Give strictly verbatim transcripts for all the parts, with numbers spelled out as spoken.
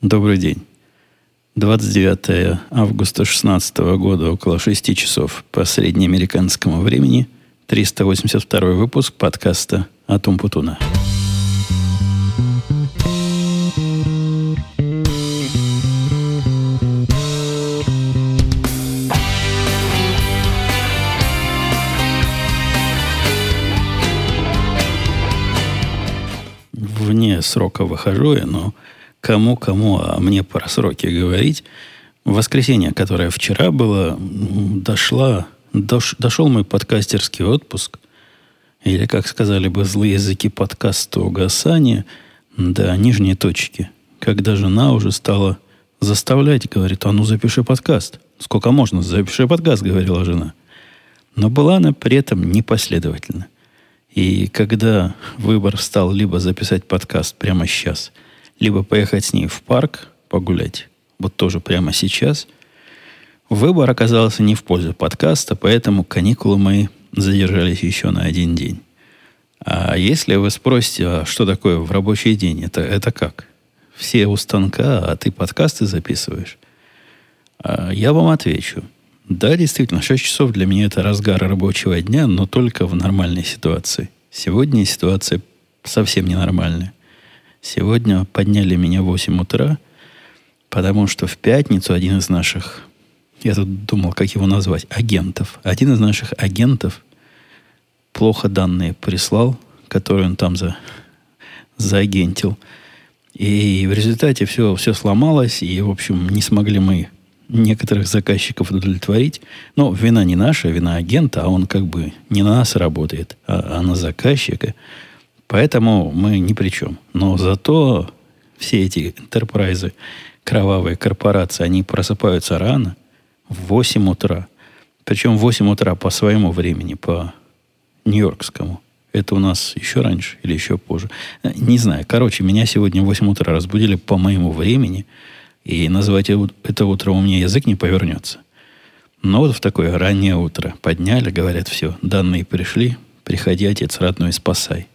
Добрый день. двадцать девятое августа шестнадцатого года, около шести часов по среднеамериканскому времени, триста восемьдесят второй выпуск подкаста от Умпутуна. Вне срока выхожу я, но кому-кому, а мне про сроки говорить. В воскресенье, которое вчера было, дошла, дош, дошел мой подкастерский отпуск, или, как сказали бы злые языки подкаста угасания, до нижней точки, когда жена уже стала заставлять, говорит, а ну запиши подкаст. Сколько можно, запиши подкаст, говорила жена. Но была она при этом непоследовательна. И когда выбор стал либо записать подкаст прямо сейчас, либо поехать с ней в парк погулять, вот тоже прямо сейчас, выбор оказался не в пользу подкаста, поэтому каникулы мои задержались еще на один день. А если вы спросите, а что такое в рабочий день, это, это как? Все у станка, а ты подкасты записываешь? А я вам отвечу. Да, действительно, шесть часов для меня это разгар рабочего дня, но только в нормальной ситуации. Сегодня ситуация совсем ненормальная. Сегодня подняли меня в восемь утра, потому что в пятницу один из наших, я тут думал, как его назвать, агентов, один из наших агентов плохо данные прислал, которые он там за, заагентил. И в результате все, все сломалось, и, в общем, не смогли мы некоторых заказчиков удовлетворить. Но вина не наша, вина агента, а он как бы не на нас работает, а, а на заказчика. Поэтому мы ни при чем. Но зато все эти энтерпрайзы, кровавые корпорации, они просыпаются рано, в восемь утра. Причем в восемь утра по своему времени, по нью-йоркскому. Это у нас еще раньше или еще позже. Не знаю. Короче, меня сегодня в восемь утра разбудили по моему времени. И назвать это утро у меня язык не повернется. Но вот в такое раннее утро подняли, говорят, все, данные пришли, приходи, отец родной, спасай.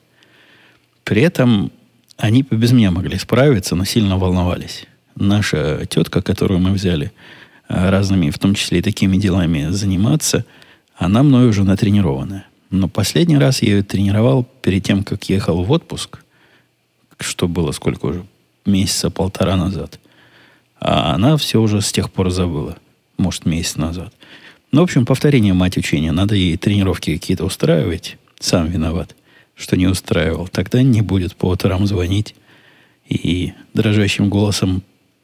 При этом они без меня могли справиться, но сильно волновались. Наша тетка, которую мы взяли разными, в том числе и такими делами заниматься, она мной уже натренированная. Но последний раз я ее тренировал перед тем, как ехал в отпуск, что было сколько уже, месяца полтора назад. А она все уже с тех пор забыла. Может, месяц назад. Ну, в общем, повторение мать учения. Надо ей тренировки какие-то устраивать. Сам виноват, что не устраивал. Тогда не будет по утрам звонить и дрожащим голосом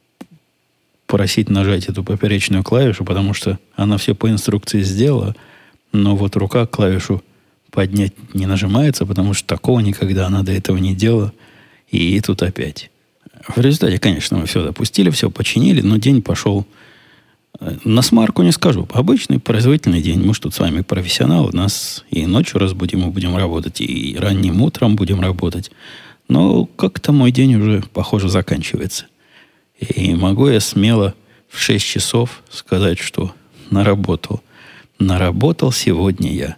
просить нажать эту поперечную клавишу, потому что она все по инструкции сделала, но вот рука клавишу поднять не нажимается, потому что такого никогда она до этого не делала. И тут опять. В результате, конечно, мы все допустили, все починили, но день пошел на смарку, не скажу. Обычный производительный день. Мы же тут с вами профессионалы. Нас и ночью разбудим и будем работать, и ранним утром будем работать. Но как-то мой день уже, похоже, заканчивается. И могу я смело в шесть часов сказать, что наработал. Наработал сегодня я.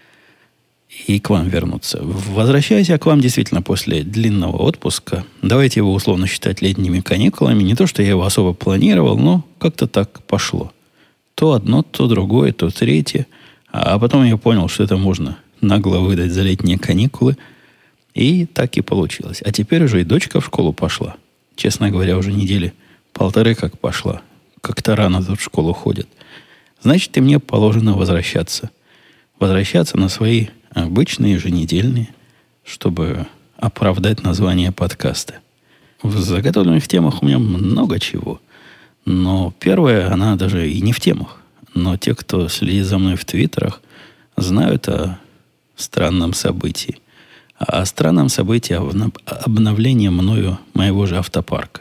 И к вам вернуться. Возвращаясь я к вам действительно после длинного отпуска, давайте его условно считать летними каникулами. Не то, что я его особо планировал, но как-то так пошло. То одно, то другое, то третье. А потом я понял, что это можно нагло выдать за летние каникулы. И так и получилось. А теперь уже и дочка в школу пошла. Честно говоря, уже недели полторы как пошла. Как-то рано тут в школу ходят. Значит, и мне положено возвращаться. Возвращаться на свои обычные, еженедельные, чтобы оправдать название подкаста. В заготовленных темах у меня много чего. Но первое, она даже и не в темах. Но те, кто следит за мной в твиттерах, знают о странном событии. А о странном событии обновления мною моего же автопарка.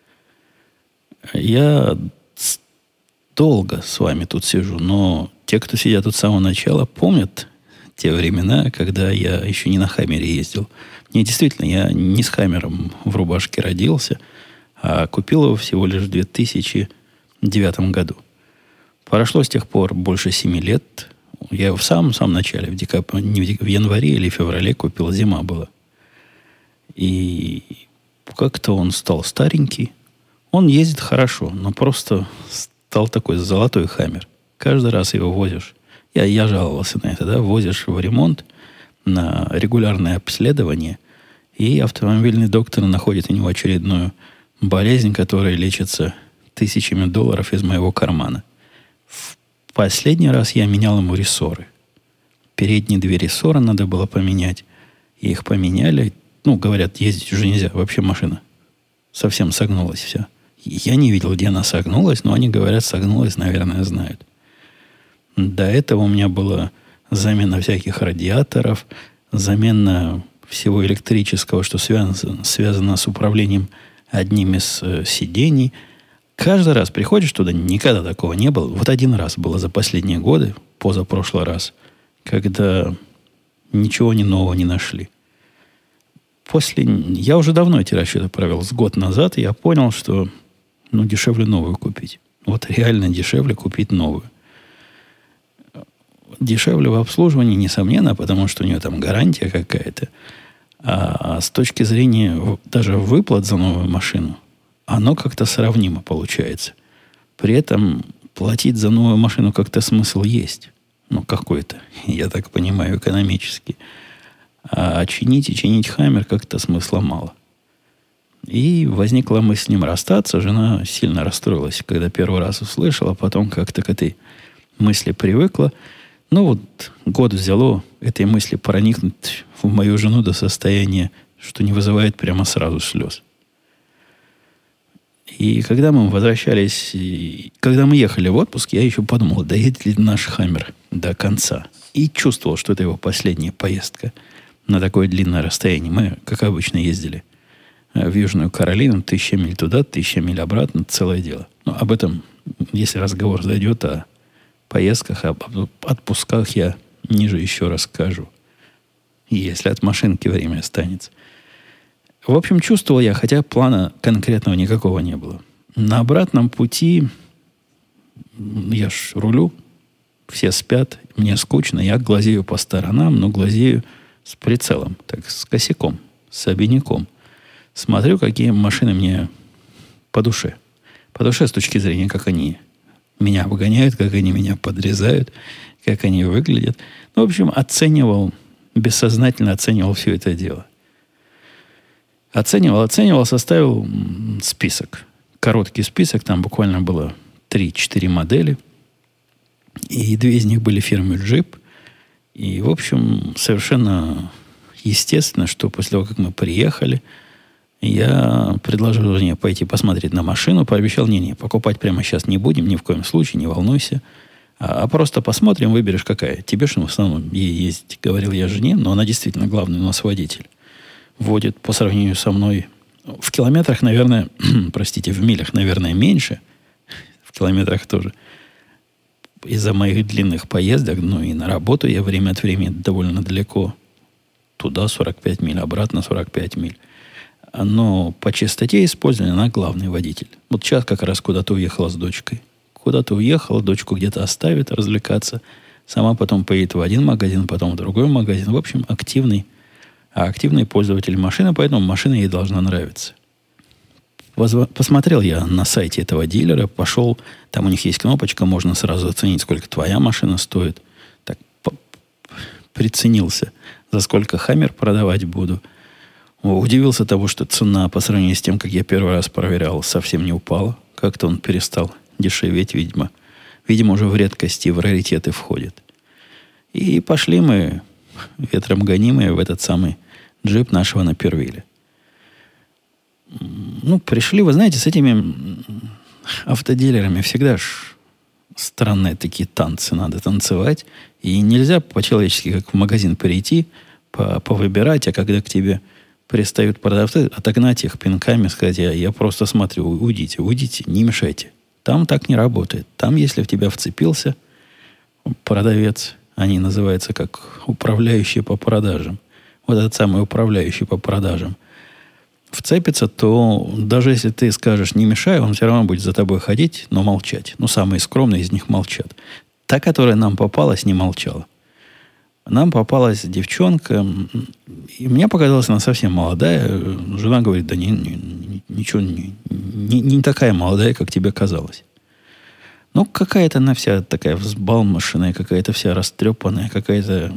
Я долго с вами тут сижу, но те, кто сидят тут с самого начала, помнят те времена, когда я еще не на Хаммере ездил. Не, действительно, я не с Хаммером в рубашке родился, а купил его всего лишь в две тысячи девятом году. Прошло с тех пор больше семи лет. Я его в самом-самом начале, в, декабре, не в, дек... в январе или феврале купил, зима была. И как-то он стал старенький, Он ездит хорошо, но просто стал такой золотой хаммер. Каждый раз его возишь. Я, я жаловался на это, да, возишь в ремонт, на регулярное обследование, и автомобильный доктор находит у него очередную болезнь, которая лечится тысячами долларов из моего кармана. В последний раз я менял ему рессоры. Передние две рессора надо было поменять. И их поменяли. Ну, говорят, ездить уже нельзя. Вообще машина совсем согнулась вся. Я не видел, где она согнулась, но они говорят, согнулась, наверное, знают. До этого у меня была замена всяких радиаторов, замена всего электрического, что связано, связано с управлением одним из э, сидений. Каждый раз приходишь туда, никогда такого не было. Вот один раз было за последние годы, позапрошлый раз, когда ничего не нового не нашли. После... Я уже давно эти расчеты провел. С год назад я понял, что ну, дешевле новую купить. Вот реально дешевле купить новую. Дешевле в обслуживании, несомненно, потому что у нее там гарантия какая-то. А с точки зрения даже выплат за новую машину, оно как-то сравнимо получается. При этом платить за новую машину как-то смысл есть. Ну, какой-то, я так понимаю, экономически. А чинить и чинить хаммер как-то смысла мало. И возникла мысль с ним расстаться. Жена сильно расстроилась, когда первый раз услышала, потом как-то к этой мысли привыкла. Ну вот год взяло этой мысли проникнуть в мою жену до состояния, что не вызывает прямо сразу слез. И когда мы возвращались, и когда мы ехали в отпуск, я еще подумал, доедет ли наш хаммер до конца. И чувствовал, что это его последняя поездка на такое длинное расстояние. Мы, как обычно, ездили в Южную Каролину, тысяча миль туда, тысяча миль обратно, целое дело. Но об этом, если разговор зайдет о поездках, об отпусках, я ниже еще расскажу. Если от машинки время останется. В общем, чувствовал я, хотя плана конкретного никакого не было. На обратном пути я ж рулю, все спят, мне скучно, я глазею по сторонам, но глазею с прицелом, так, с косяком, с обиняком. Смотрю, какие машины мне по душе. По душе с точки зрения, как они меня обгоняют, как они меня подрезают, как они выглядят. Ну, в общем, оценивал, бессознательно оценивал все это дело. Оценивал, оценивал, составил список. Короткий список, там буквально было три-четыре модели. И две из них были фирмы Jeep. И, в общем, совершенно естественно, что после того, как мы приехали, я предложил жене пойти посмотреть на машину. Пообещал, не-не, покупать прямо сейчас не будем, ни в коем случае, не волнуйся. А, а просто посмотрим, выберешь, какая. Тебе же в основном ей ездить, говорил я жене, но она действительно главный у нас водитель. Водит по сравнению со мной в километрах, наверное, простите, в милях, наверное, меньше. В километрах тоже. Из-за моих длинных поездок, ну и на работу я время от времени довольно далеко. Туда сорок пять миль, обратно сорок пять миль. Но по частоте использования она главный водитель. Вот сейчас как раз куда-то уехала с дочкой. Куда-то уехала, дочку где-то оставит развлекаться. Сама потом поедет в один магазин, потом в другой магазин. В общем, активный, а активный пользователь машины, поэтому машина ей должна нравиться. Посмотрел я на сайте этого дилера, пошел, там у них есть кнопочка, можно сразу оценить, сколько твоя машина стоит. Так, приценился, за сколько хаммер продавать буду. Удивился того, что цена по сравнению с тем, как я первый раз проверял, совсем не упала. Как-то он перестал дешеветь, видимо. Видимо, уже в редкости, в раритеты входит. И пошли мы, ветром гонимые, в этот самый джип нашего Напервилля. Ну, пришли, вы знаете, с этими автодилерами всегда ж странные такие танцы надо танцевать. И нельзя по-человечески, как в магазин прийти, повыбирать, а когда к тебе пристают продавцы, отогнать их пинками, сказать, я, я просто смотрю, уйдите, уйдите, не мешайте. Там так не работает. Там, если в тебя вцепился продавец, они называются как управляющие по продажам. Вот этот самый управляющий по продажам вцепится, то даже если ты скажешь «не мешай», он все равно будет за тобой ходить, но молчать. Ну, самые скромные из них молчат. Та, которая нам попалась, не молчала. Нам попалась девчонка, и мне показалось, она совсем молодая. Жена говорит, да не, не, ничего не, не, не такая молодая, как тебе казалось. Ну, какая-то она вся такая взбалмошенная, какая-то вся растрепанная, какая-то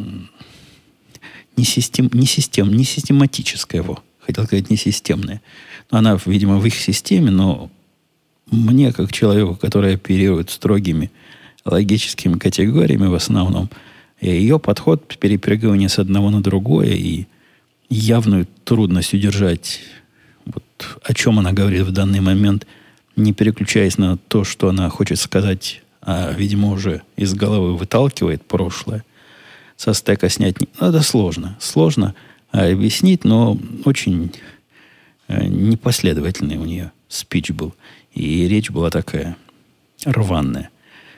не, систем, не, систем, не систематическая его. Хотел сказать, не системная. Она, видимо, в их системе, но мне, как человеку, который оперирует строгими логическими категориями в основном, ее подход, перепрыгивание с одного на другое и явную трудность удержать, вот, о чем она говорит в данный момент, не переключаясь на то, что она хочет сказать, а, видимо, уже из головы выталкивает прошлое, со стека снять. Ну, это сложно. Сложно объяснить, но очень непоследовательный у нее спич был. И речь была такая рваная.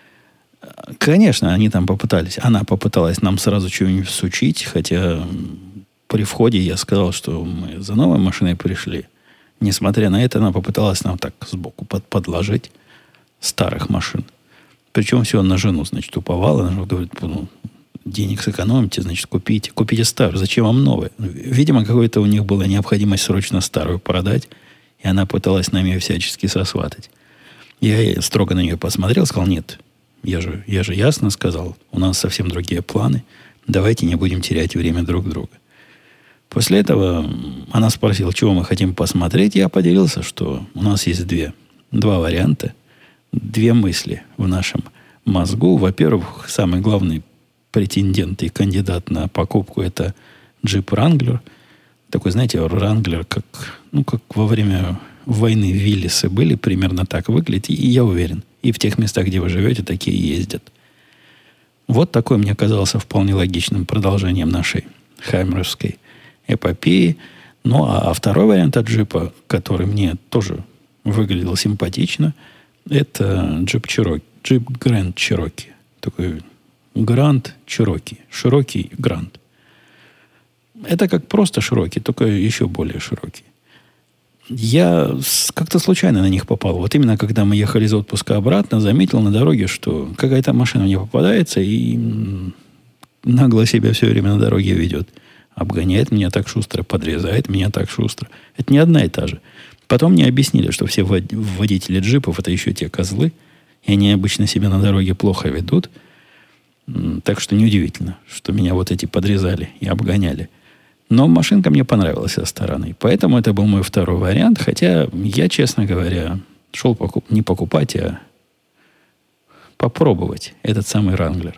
Конечно, они там попытались, она попыталась нам сразу что-нибудь всучить, хотя при входе я сказал, что мы за новой машиной пришли. Несмотря на это, она попыталась нам так сбоку под, подложить старых машин. Причем все на жену, значит, уповала. Она говорит, ну, денег сэкономите, значит, купите. Купите старую. Зачем вам новая? Видимо, какой-то у них была необходимость срочно старую продать, и она пыталась нам ее всячески сосватать. Я строго на нее посмотрел, сказал, нет, я же, я же ясно сказал, у нас совсем другие планы, давайте не будем терять время друг друга. После этого она спросила, чего мы хотим посмотреть. Я поделился, что у нас есть две, два варианта, две мысли в нашем мозгу. Во-первых, самый главный претендент и кандидат на покупку – это джип Wrangler. Такой, знаете, Wrangler, как, ну, как во время войны Виллисы были, примерно так выглядит. И я уверен, и в тех местах, где вы живете, такие ездят. Вот такой мне казался вполне логичным продолжением нашей хаймеровской эпопеи. Ну, а второй вариант от джипа, который мне тоже выглядел симпатично, это джип Cherokee, джип Grand Cherokee. Такой Grand Cherokee, широкий Grand. Это как просто широкий, только еще более широкий. Я как-то случайно на них попал. Вот именно когда мы ехали из отпуска обратно, заметил на дороге, что какая-то машина мне попадается и нагло себя все время на дороге ведет. Обгоняет меня так шустро, подрезает меня так шустро. Это не одна и та же. Потом мне объяснили, что все водители джипов это еще те козлы, и они обычно себя на дороге плохо ведут. Так что неудивительно, что меня вот эти подрезали и обгоняли. Но машинка мне понравилась со стороны. Поэтому это был мой второй вариант. Хотя я, честно говоря, шел покуп... не покупать, а попробовать этот самый Wrangler.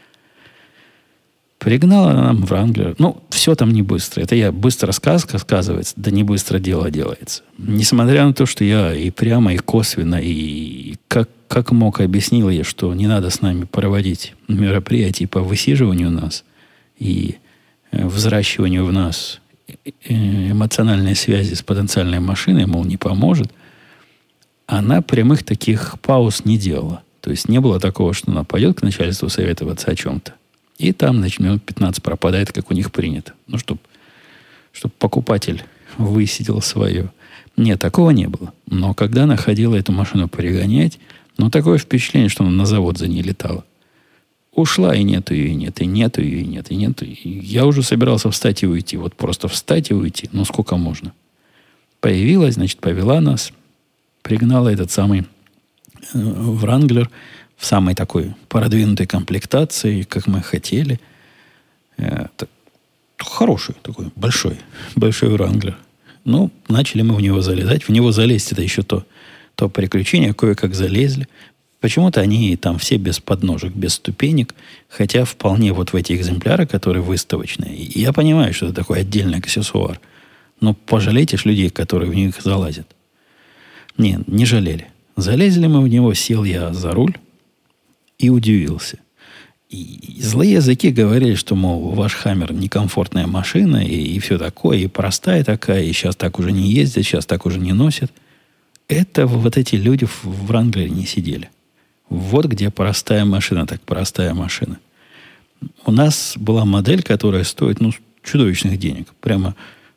Пригнала нам Wrangler. Ну, все там не быстро. Это я быстро сказка сказывается, да не быстро дело делается. Несмотря на то, что я и прямо, и косвенно, и как, как мог объяснил я, что не надо с нами проводить мероприятия по высиживанию нас и взращиванию в нас эмоциональной связи с потенциальной машиной, мол, не поможет, она прямых таких пауз не делала. То есть не было такого, что она пойдет к начальству советоваться о чем-то, и там, значит, минут пятнадцать пропадает, как у них принято. Ну, чтобы чтоб покупатель высидел свое. Нет, такого не было. Но когда она ходила эту машину перегонять, ну, такое впечатление, что она на завод за ней летала. Ушла, и нету ее, и нет, и нету ее, и нет, и нету. И я уже собирался встать и уйти. Вот просто встать и уйти. Ну, сколько можно. Появилась, значит, повела нас. Пригнала этот самый э, Wrangler в самой такой продвинутой комплектации, как мы хотели. Э, так, хороший такой, большой. Большой Wrangler. Ну, начали мы в него залезать. В него залезть это еще то, то приключение. Кое-как залезли. Почему-то они там все без подножек, без ступенек, хотя вполне вот в эти экземпляры, которые выставочные. И я понимаю, что это такой отдельный аксессуар. Но пожалейте ж людей, которые в них залазят. Не, не жалели. Залезли мы в него, сел я за руль и удивился. И злые языки говорили, что, мол, ваш Хаммер некомфортная машина, и, и все такое, и простая такая, и сейчас так уже не ездят, сейчас так уже не носят. Это вот эти люди в Wrangler не сидели. Вот где простая машина, так простая машина. У нас была модель, которая стоит, ну, чудовищных денег. Прямо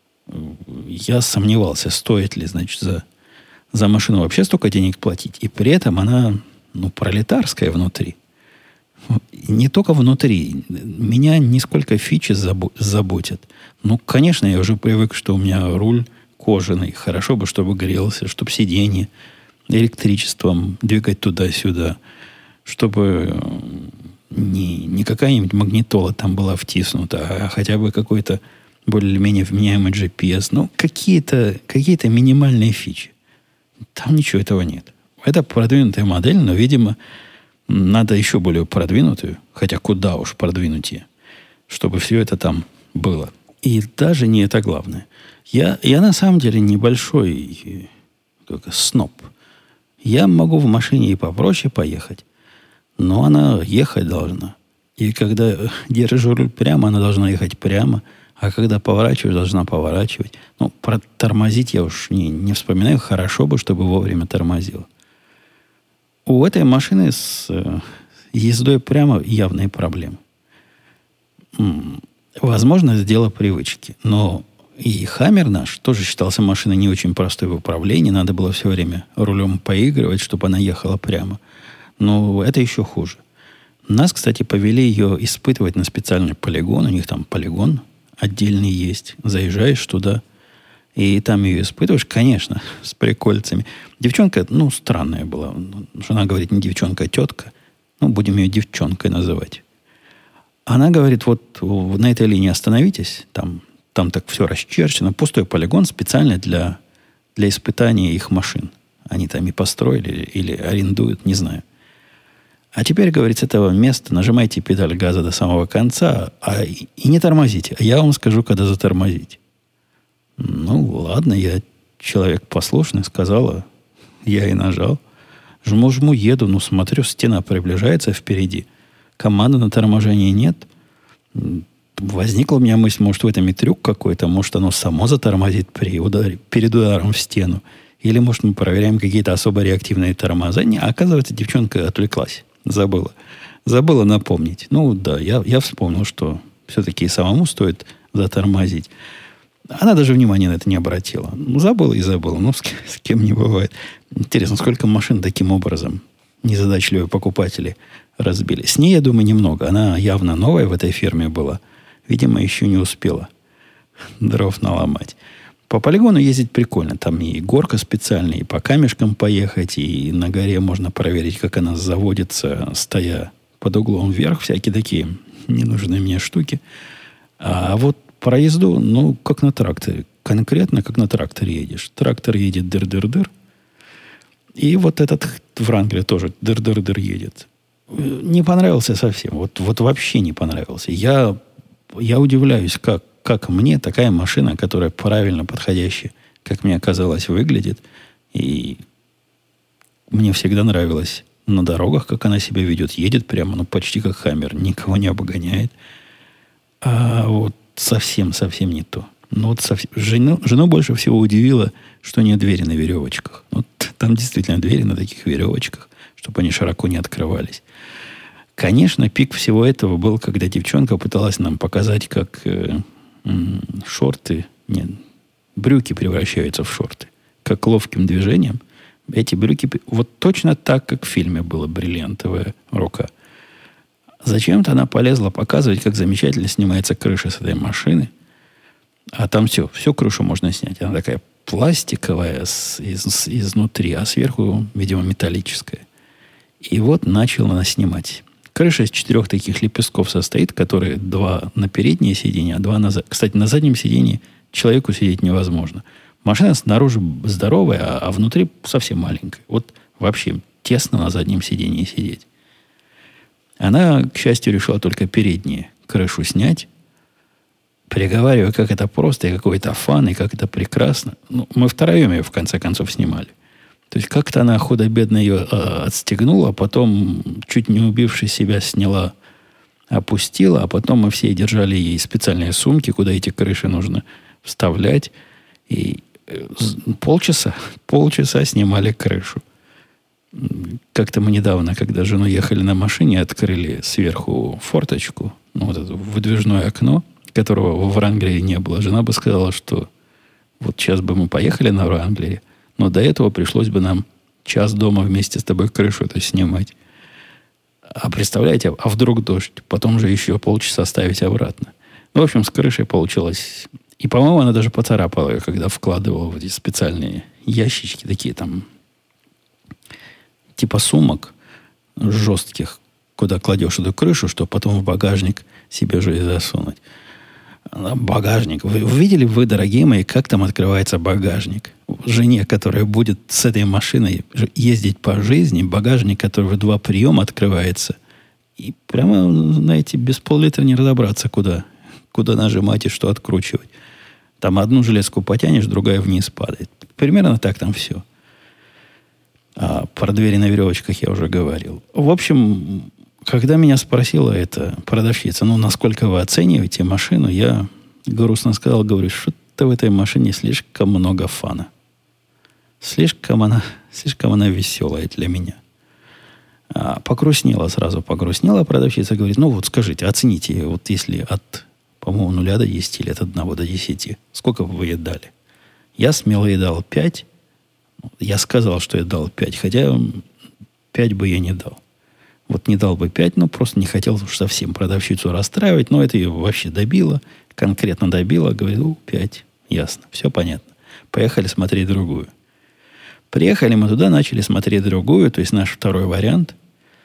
я сомневался, стоит ли, значит, за, за машину вообще столько денег платить. И при этом она, ну, пролетарская внутри. Не только внутри. Меня нисколько фичи заботят. Ну, конечно, я уже привык, что у меня руль кожаный. Хорошо бы, чтобы грелся, чтобы сиденье электричеством двигать туда-сюда, чтобы не, не какая-нибудь магнитола там была втиснута, а хотя бы какой-то более-менее вменяемый джи пи эс. Ну, какие-то, какие-то минимальные фичи. Там ничего этого нет. Это продвинутая модель, но, видимо, надо еще более продвинутую, хотя куда уж продвинутее, чтобы все это там было. И даже не это главное. Я, я на самом деле небольшой как, сноб. Я могу в машине и попроще поехать, но она ехать должна. И когда держишь руль прямо, она должна ехать прямо, а когда поворачиваешь, должна поворачивать. Ну, про тормозить я уж не, не вспоминаю. Хорошо бы, чтобы вовремя тормозила. У этой машины с э, ездой прямо явные проблемы. М-м, возможно, это дело привычки. Но и Хаммер наш тоже считался машиной не очень простой в управлении. Надо было все время рулем поигрывать, чтобы она ехала прямо. Но это еще хуже. Нас, кстати, повели ее испытывать на специальный полигон. У них там полигон отдельный есть. Заезжаешь туда, и там ее испытываешь, конечно, с прикольцами. Девчонка, ну, странная была. Жена говорит, не девчонка, а тетка. Ну, будем ее девчонкой называть. Она говорит, вот на этой линии остановитесь. Там, там так все расчерчено. Пустой полигон специально для, для испытания их машин. Они там и построили или, или арендуют, не знаю. А теперь, говорит, с этого места нажимайте педаль газа до самого конца а, и, и не тормозите. А я вам скажу, когда затормозить. Ну, ладно, я человек послушный, сказала. Я и нажал. Жму-жму, еду, ну, смотрю, стена приближается впереди. Команды на торможение нет. Возникла у меня мысль, может, в этом и трюк какой-то, может, оно само затормозит при ударе, перед ударом в стену. Или, может, мы проверяем какие-то особо реактивные тормоза. Не, а оказывается, девчонка отвлеклась. Забыла. Забыла напомнить. Ну, да, я, я вспомнил, что все-таки самому стоит затормозить. Она даже внимания на это не обратила. Ну, забыла и забыла. Ну, с, с кем не бывает. Интересно, сколько машин таким образом незадачливые покупатели разбили. С ней, я думаю, немного. Она явно новая в этой фирме была. Видимо, еще не успела дров наломать. По полигону ездить прикольно. Там и горка специальная, и по камешкам поехать, и на горе можно проверить, как она заводится, стоя под углом вверх. Всякие такие ненужные мне штуки. А вот про езду, ну, как на тракторе. Конкретно, как на тракторе едешь. Трактор едет дыр-дыр-дыр. И вот этот Вранглер тоже дыр-дыр-дыр едет. Не понравился совсем. Вот, вот вообще не понравился. Я, я удивляюсь, как Как мне такая машина, которая правильно подходящая, как мне казалось, выглядит. И мне всегда нравилось на дорогах, как она себя ведет. Едет прямо, ну, почти как Хаммер. Никого не обгоняет. А вот совсем-совсем не то. Ну, вот совсем... Жену, жену больше всего удивило, что нет двери на веревочках. Вот там действительно двери на таких веревочках, чтобы они широко не открывались. Конечно, пик всего этого был, когда девчонка пыталась нам показать, как... Э, шорты, нет, брюки превращаются в шорты. Как ловким движением. Эти брюки, вот точно так, как в фильме было «Бриллиантовая рука». Зачем-то она полезла показывать, как замечательно снимается крыша с этой машины. А там все, всю крышу можно снять. Она такая пластиковая с, из, изнутри, а сверху, видимо, металлическая. И вот начала она снимать. Крыша из четырех таких лепестков состоит, которые два на переднее сиденье, а два на заднее. Кстати, на заднем сиденье человеку сидеть невозможно. Машина снаружи здоровая, а, а внутри совсем маленькая. Вот вообще тесно на заднем сиденье сидеть. Она, к счастью, решила только передние крышу снять, приговаривая, как это просто, и какой-то фан, и как это прекрасно. Ну, мы втроем ее, в конце концов, снимали. То есть как-то она худо-бедно ее э, отстегнула, а потом, чуть не убивши себя, сняла, опустила, а потом мы все держали ей специальные сумки, куда эти крыши нужно вставлять. И э, полчаса, полчаса снимали крышу. Как-то мы недавно, когда с женой ехали на машине, открыли сверху форточку, ну, вот это выдвижное окно, которого во Вранглере не было. Жена бы сказала, что вот сейчас бы мы поехали на Вранглере, но до этого пришлось бы нам час дома вместе с тобой крышу это снимать. А представляете, а вдруг дождь? Потом же еще полчаса ставить обратно. Ну, в общем, с крышей получилось И, по-моему, она даже поцарапала ее, когда вкладывала в эти специальные ящички, такие там, типа сумок жестких, куда кладешь эту крышу, чтобы потом в багажник себе же и засунуть. Багажник. Вы видели, вы, дорогие мои, как там открывается багажник? Жене, которая будет с этой машиной ездить по жизни, багажник, который в два приема открывается, и прямо, знаете, без пол-литра не разобраться, куда, куда нажимать и что откручивать. Там одну железку потянешь, другая вниз падает. Примерно так там все. А про двери на веревочках я уже говорил. В общем, когда меня спросила эта продавщица, ну, насколько вы оцениваете машину, я грустно сказал, говорю, что-то в этой машине слишком много фана. Слишком она, слишком она веселая для меня. А, погрустнела сразу, погрустнела продавщица, говорит, ну, вот скажите, оцените, вот если от, по-моему, нуля до десяти или от одного до десяти, сколько бы вы ей дали? Я смело ей дал пять. Я сказал, что я дал пять, хотя пять бы я не дал. Вот не дал бы пять, но просто не хотел уж совсем продавщицу расстраивать, но это ее вообще добило, конкретно добило. Говорю, пять, ясно, все понятно. Поехали смотреть другую. Приехали мы туда, начали смотреть другую, то есть наш второй вариант.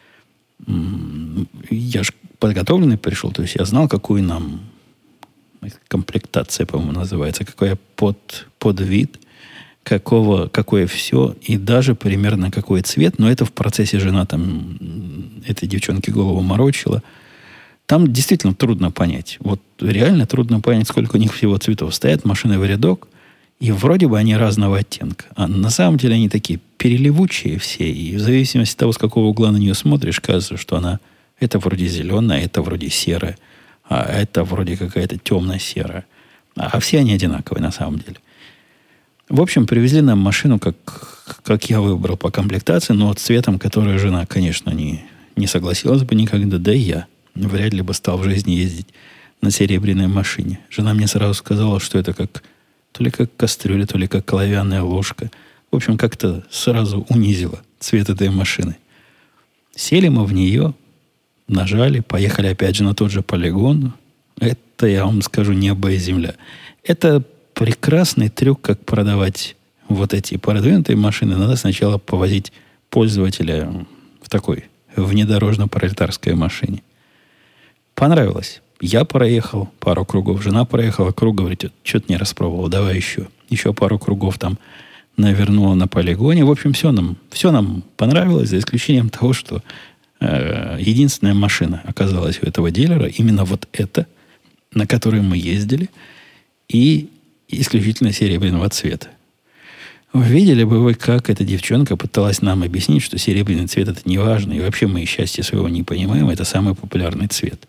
Я же подготовленный пришел, то есть я знал, какую нам комплектация, по-моему, называется, какой под, под вид, какого, какое все, и даже примерно какой цвет, но это в процессе жена там этой девчонки голову морочила. Там действительно трудно понять. Вот реально трудно понять, сколько у них всего цветов. Стоят машины в рядок, и вроде бы они разного оттенка. А на самом деле они такие переливучие все, и в зависимости от того, с какого угла на нее смотришь, кажется, что она это вроде зеленая, это вроде серая, а это вроде какая-то темно-серая. А все они одинаковые на самом деле. В общем, привезли нам машину, как, как я выбрал по комплектации, но цветом, который жена, конечно, не, не согласилась бы никогда, да и я вряд ли бы стал в жизни ездить на серебряной машине. Жена мне сразу сказала, что это как то ли как кастрюля, то ли как оловянная ложка. В общем, как-то сразу унизила цвет этой машины. Сели мы в нее, нажали, поехали опять же на тот же полигон. Это, я вам скажу, небо и земля. Это прекрасный трюк, как продавать вот эти продвинутые машины. Надо сначала повозить пользователя в такой внедорожно-пролетарской машине. Понравилось. Я проехал пару кругов, жена проехала круг, говорит, что-то не распробовал, давай еще. Еще пару кругов там навернула на полигоне. В общем, все нам, все нам понравилось, за исключением того, что э, единственная машина оказалась у этого дилера, именно вот эта, на которой мы ездили, и исключительно серебряного цвета. Видели бы вы, как эта девчонка пыталась нам объяснить, что серебряный цвет это не важно, и вообще мы счастья своего не понимаем, это самый популярный цвет.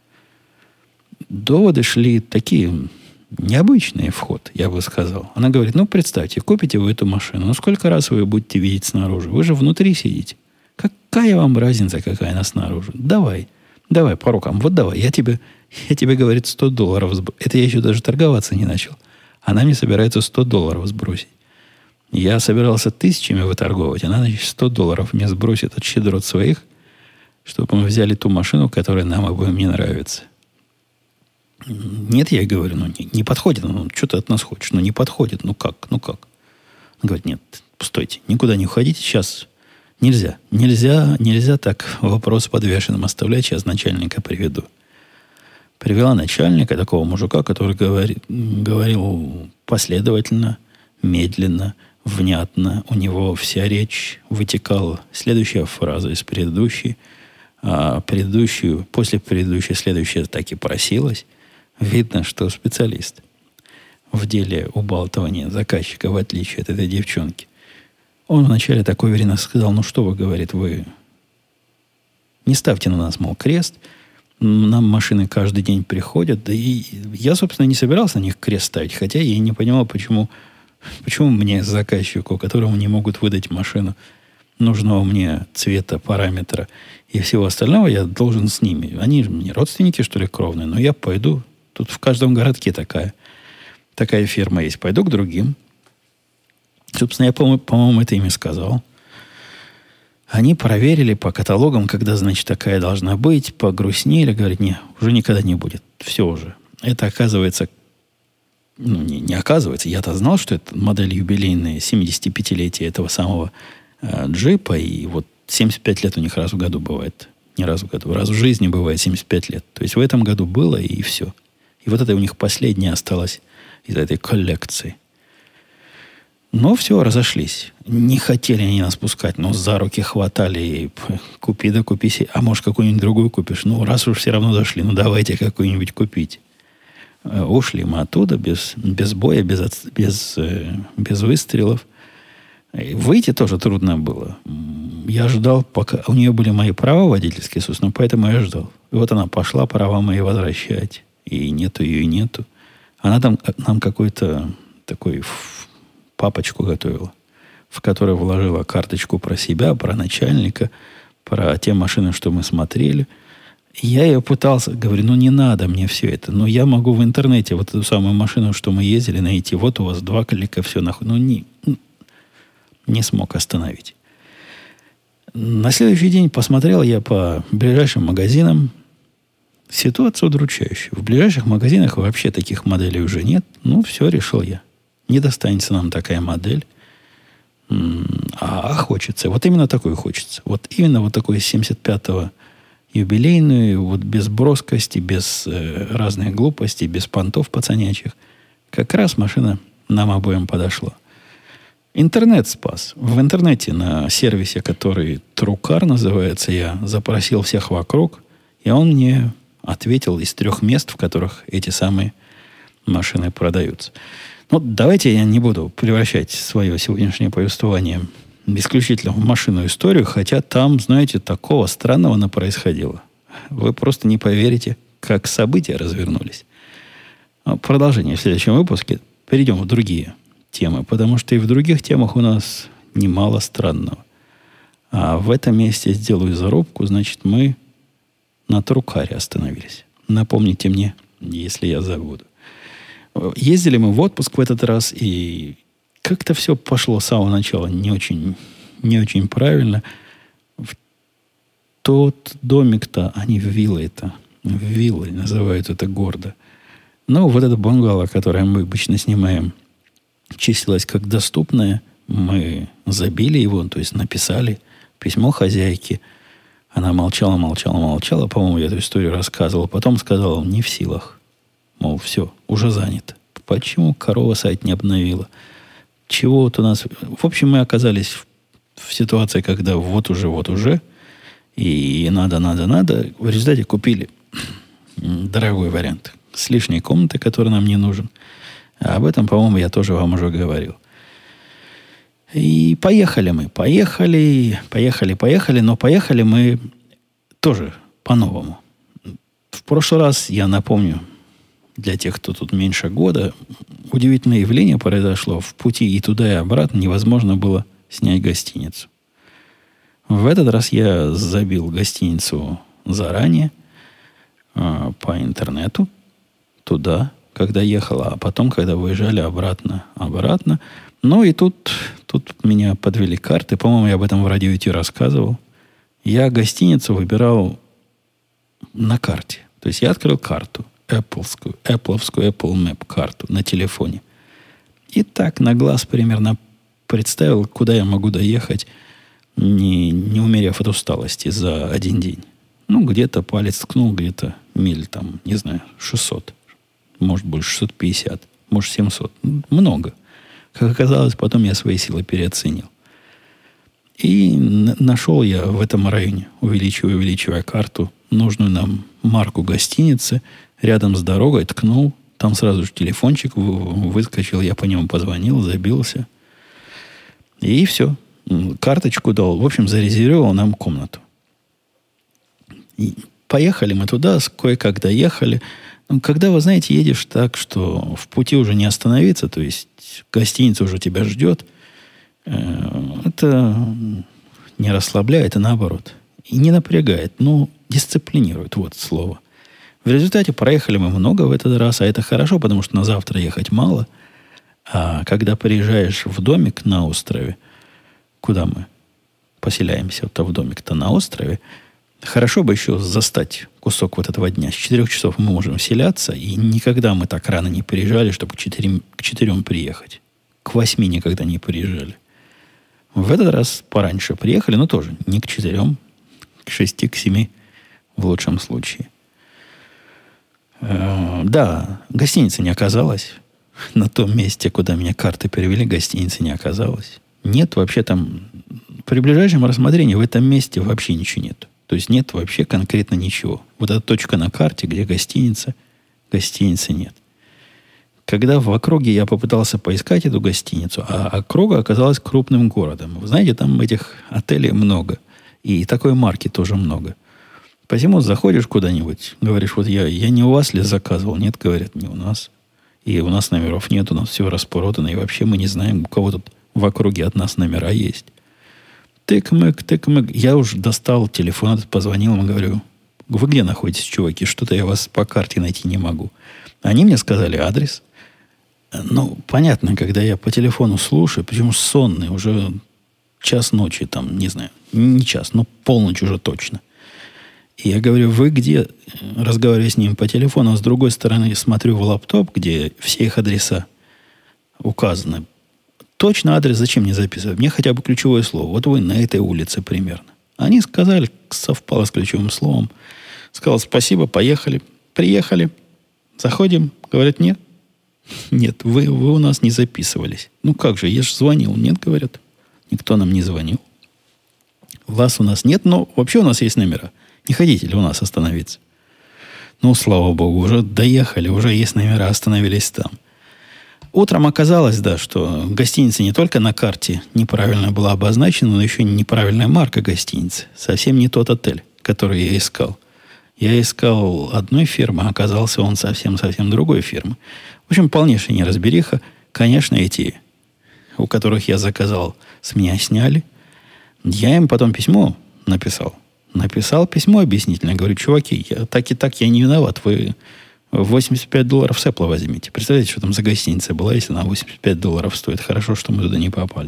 Доводы шли такие необычные в ход, я бы сказал. Она говорит, ну, представьте, купите вы эту машину, ну, сколько раз вы ее будете видеть снаружи? Вы же внутри сидите. Какая вам разница, какая она снаружи? Давай, давай, по рукам, вот давай, я тебе, я тебе, говорит, сто долларов сбросить. Это я еще даже торговаться не начал. Она мне собирается сто долларов сбросить. Я собирался тысячами выторговывать. Она, значит, сто долларов мне сбросит от щедрот своих, чтобы мы взяли ту машину, которая нам обоим не нравится. Нет, я говорю, ну, не, не подходит. Ну, что ты от нас хочешь? Ну, не подходит. Ну, как? Ну, как? Он говорит, нет, стойте, никуда не уходите. Сейчас нельзя. Нельзя, нельзя так вопрос подвешенным оставлять. Сейчас начальника приведу. Привела начальника, такого мужика, который говори, говорил последовательно, медленно, внятно. У него вся речь вытекала. Следующая фраза из предыдущей. А предыдущую, после предыдущей, следующая так и просилась. Видно, что специалист в деле убалтывания заказчика, в отличие от этой девчонки. Он вначале так уверенно сказал, ну что вы, говорит, вы не ставьте на нас, мол, крест. Нам машины каждый день приходят. Да и я, собственно, не собирался на них крест ставить, хотя я и не понимал, почему, почему мне, заказчику, которому не могут выдать машину нужного мне цвета, параметра и всего остального, я должен с ними. Они же мне родственники, что ли, кровные, но я пойду. Тут в каждом городке такая, такая фирма есть. Пойду к другим. Собственно, я, по-моему, по-моему, это им и сказал. Они проверили по каталогам, когда, значит, такая должна быть, погрустнели, говорят, не, уже никогда не будет. Все уже. Это, оказывается, ну, не, не оказывается. Я-то знал, что это модель юбилейная семидесятипятилетия этого самого э, джипа. И вот семьдесят пять лет у них раз в году бывает. Не раз в году. Раз в жизни бывает семьдесят пять лет. То есть в этом году было, и все. И вот это у них последнее осталось из этой коллекции. Но все, разошлись. Не хотели они нас пускать, но за руки хватали. И купи да купи себе. А может, какую-нибудь другую купишь? Ну, раз уж все равно дошли, ну, давайте какую-нибудь купить. Ушли мы оттуда без, без боя, без, отс- без, э, без выстрелов. И выйти тоже трудно было. Я ждал, пока... У нее были мои права водительские, собственно, поэтому я ждал. И вот она пошла права мои возвращать. И нету ее, и нету. Она там нам какой-то такой папочку готовила, в которой вложила карточку про себя, про начальника, про те машины, что мы смотрели. Я ее пытался, говорю, ну не надо мне все это. Но я могу в интернете вот эту самую машину, что мы ездили, найти. Вот у вас два клика, все нахуй. Ну не, не смог остановить. На следующий день посмотрел я по ближайшим магазинам. Ситуация удручающая. В ближайших магазинах вообще таких моделей уже нет. Ну, все, решил я. Не достанется нам такая модель. А, а хочется. Вот именно такой хочется. Вот именно вот такой семьдесят пятого юбилейную, вот без броскости, без э, разных глупостей, без понтов пацанячьих. Как раз машина нам обоим подошла. Интернет спас. В интернете на сервисе, который Трукар называется, я запросил всех вокруг, и он мне ответил из трех мест, в которых эти самые машины продаются. Ну, давайте я не буду превращать свое сегодняшнее повествование исключительно в машинную историю, хотя там, знаете, такого странного на происходило. Вы просто не поверите, как события развернулись. Продолжение в следующем выпуске. Перейдем в другие темы, потому что и в других темах у нас немало странного. А в этом месте сделаю зарубку, значит, мы на Трукаре остановились. Напомните мне, если я забуду. Ездили мы в отпуск в этот раз, и как-то все пошло с самого начала не очень, не очень правильно. В тот домик-то, они в виллы-то, в виллы называют это гордо. Но вот это бунгало, которое мы обычно снимаем, числилось как доступное. Мы забили его, то есть написали письмо хозяйке. Она молчала, молчала, молчала. По-моему, я эту историю рассказывал. Потом сказала, не в силах. Мол, все, уже занято. Почему корова сайт не обновила? Чего вот у нас... В общем, мы оказались в, в ситуации, когда вот уже, вот уже. И надо, надо, надо. В результате купили дорогой вариант. С лишней комнатой, который нам не нужен. А об этом, по-моему, я тоже вам уже говорил. И поехали мы. Поехали, поехали, поехали. Но поехали мы тоже по-новому. В прошлый раз, я напомню, для тех, кто тут меньше года, удивительное явление произошло. В пути и туда, и обратно невозможно было снять гостиницу. В этот раз я забил гостиницу заранее э, по интернету туда, когда ехала, а потом, когда выезжали обратно, обратно. Ну и тут, тут меня подвели карты. По-моему, я об этом в радио Ти рассказывал. Я гостиницу выбирал на карте. То есть я открыл карту. Apple'скую, Apple'овскую Apple Map карту на телефоне. И так на глаз примерно представил, куда я могу доехать, не, не умерев от усталости за один день. Ну, где-то палец ткнул, где-то миль, там, не знаю, шестьсот. Может, больше шестьсот пятьдесят. Может, семьсот. Много. Как оказалось, потом я свои силы переоценил. И н- нашел я в этом районе, увеличивая, увеличивая карту, нужную нам марку гостиницы, рядом с дорогой ткнул. Там сразу же телефончик выскочил. Я по нему позвонил, забился. И все. Карточку дал. В общем, зарезервировал нам комнату. И поехали мы туда, кое-как доехали. Ну, когда, вы знаете, едешь так, что в пути уже не остановиться, то есть гостиница уже тебя ждет, это не расслабляет, а наоборот. И не напрягает, но дисциплинирует. Вот слово. В результате проехали мы много в этот раз, а это хорошо, потому что на завтра ехать мало. А когда приезжаешь в домик на острове, куда мы поселяемся, то в домик-то на острове, Хорошо бы еще застать кусок вот этого дня. С четырех часов мы можем вселяться, и никогда мы так рано не приезжали, чтобы к четырем, к четырем приехать. К восьми никогда не приезжали. В этот раз пораньше приехали, но тоже не к четырем, к шести, к семи в лучшем случае. Э, да, гостиницы не оказалось. На том месте, куда меня карты перевели, гостиницы не оказалось. Нет, вообще там, при ближайшем рассмотрении в этом месте вообще ничего нет. То есть нет вообще конкретно ничего. Вот эта точка на карте, где гостиница, гостиницы нет. Когда в округе я попытался поискать эту гостиницу, а округа оказалась крупным городом. Вы знаете, там этих отелей много. И такой марки тоже много. Посему заходишь куда-нибудь, говоришь, вот я, я не у вас ли заказывал? Нет, говорят, не у нас. И у нас номеров нет, у нас все распродано. И вообще мы не знаем, у кого тут в округе от нас номера есть. Тык-мык, тык-мык. Я уж достал телефон, этот позвонил им, говорю, вы где находитесь, чуваки? Что-то я вас по карте найти не могу. Они мне сказали адрес. Ну, понятно, когда я по телефону слушаю, причем сонный, уже час ночи, там, не знаю, не час, но полночь уже точно. И я говорю, вы где? Разговариваю с ним по телефону, а с другой стороны смотрю в лаптоп, где все их адреса указаны. Точно адрес зачем мне записывать? Мне хотя бы ключевое слово. Вот вы на этой улице примерно. Они сказали, совпало с ключевым словом. Сказал, спасибо, поехали. Приехали. Заходим. Говорят, нет. Нет, вы, вы у нас не записывались. Ну как же, я же звонил. Нет, говорят. Никто нам не звонил. Вас у нас нет, но вообще у нас есть номера. Не хотите ли у нас остановиться? Ну, слава богу, уже доехали, уже есть номера, остановились там. Утром оказалось, да, что гостиница не только на карте неправильно была обозначена, но еще и неправильная марка гостиницы. Совсем не тот отель, который я искал. Я искал одной фирмы, а оказался он совсем-совсем другой фирмы. В общем, полнейшая неразбериха. Конечно, эти, у которых я заказал, с меня сняли. Я им потом письмо написал. Написал письмо объяснительное. Говорю, чуваки, я, так и так я не виноват. Вы восемьдесят пять долларов с Apple возьмите. Представляете, что там за гостиница была, если она восемьдесят пять долларов стоит. Хорошо, что мы туда не попали.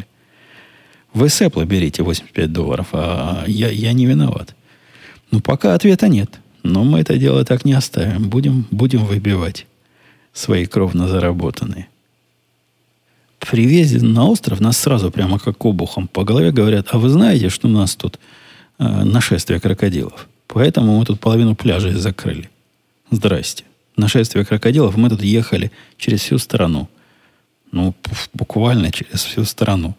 Вы с Apple берите восемьдесят пять долларов, а я, я не виноват. Ну, пока ответа нет. Но мы это дело так не оставим. Будем, будем выбивать свои кровно заработанные. При въезде на остров нас сразу прямо как обухом по голове говорят, а вы знаете, что у нас тут э, нашествие крокодилов? Поэтому мы тут половину пляжа закрыли. Здрасте. Нашествие крокодилов, мы тут ехали через всю страну. Ну, буквально через всю страну.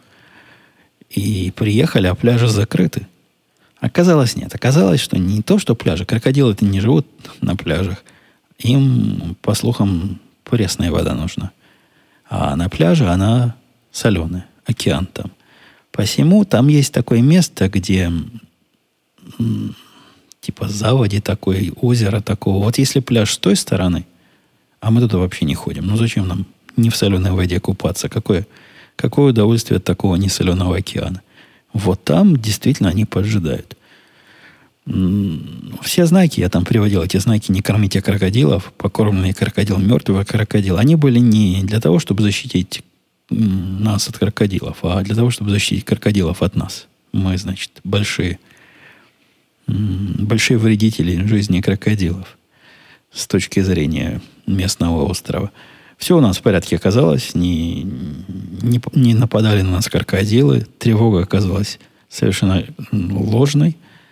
И приехали, а пляжи закрыты. Оказалось, нет. Оказалось, что не то, что пляжи. Крокодилы-то не живут на пляжах. Им, по слухам, пресная вода нужна. А на пляже она соленая. Океан там. Посему там есть такое место, где м, типа заводи такой, озеро такого. Вот если пляж с той стороны, а мы туда вообще не ходим. Ну зачем нам не в соленой воде купаться? Какое, какое удовольствие от такого несоленого океана? Вот там действительно они поджидают. Все знаки, я там приводил эти знаки «Не кормите крокодилов», «Покормленный крокодил», «Мертвый крокодил», они были не для того, чтобы защитить нас от крокодилов, а для того, чтобы защитить крокодилов от нас. Мы, значит, большие, большие вредители жизни крокодилов с точки зрения местного острова. Все у нас в порядке оказалось, не, не, не нападали на нас крокодилы, тревога оказалась совершенно ложной.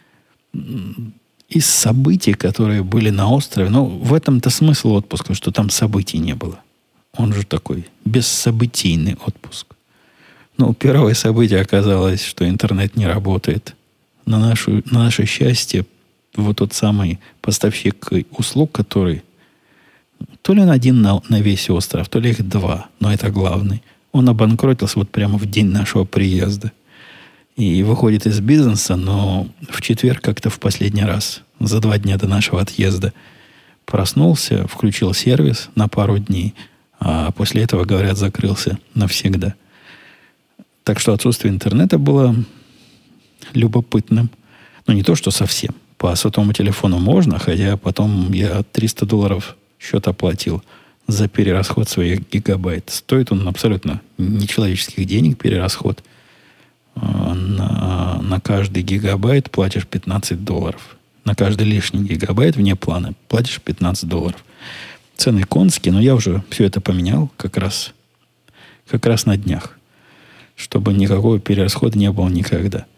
Из событий, которые были на острове, ну, в этом-то смысл отпуска, что там событий не было. Он же такой бессобытийный отпуск. Ну, первое событие оказалось, что интернет не работает. На, нашу, на наше счастье, вот тот самый поставщик услуг, который то ли он один на, на весь остров, то ли их два, но это главный. Он обанкротился вот прямо в день нашего приезда. И выходит из бизнеса, но в четверг как-то в последний раз, за два дня до нашего отъезда, проснулся, включил сервис на пару дней, а после этого, говорят, закрылся навсегда. Так что отсутствие интернета было любопытным. Но не то, что совсем. По сотовому телефону можно, хотя потом я триста долларов счет оплатил за перерасход своих гигабайт. Стоит он абсолютно нечеловеческих денег, перерасход. На, на каждый гигабайт платишь пятнадцать долларов. на каждый лишний гигабайт вне плана платишь пятнадцать долларов. Цены конские, но я уже все это поменял как раз, как раз на днях, чтобы никакого перерасхода не было никогда.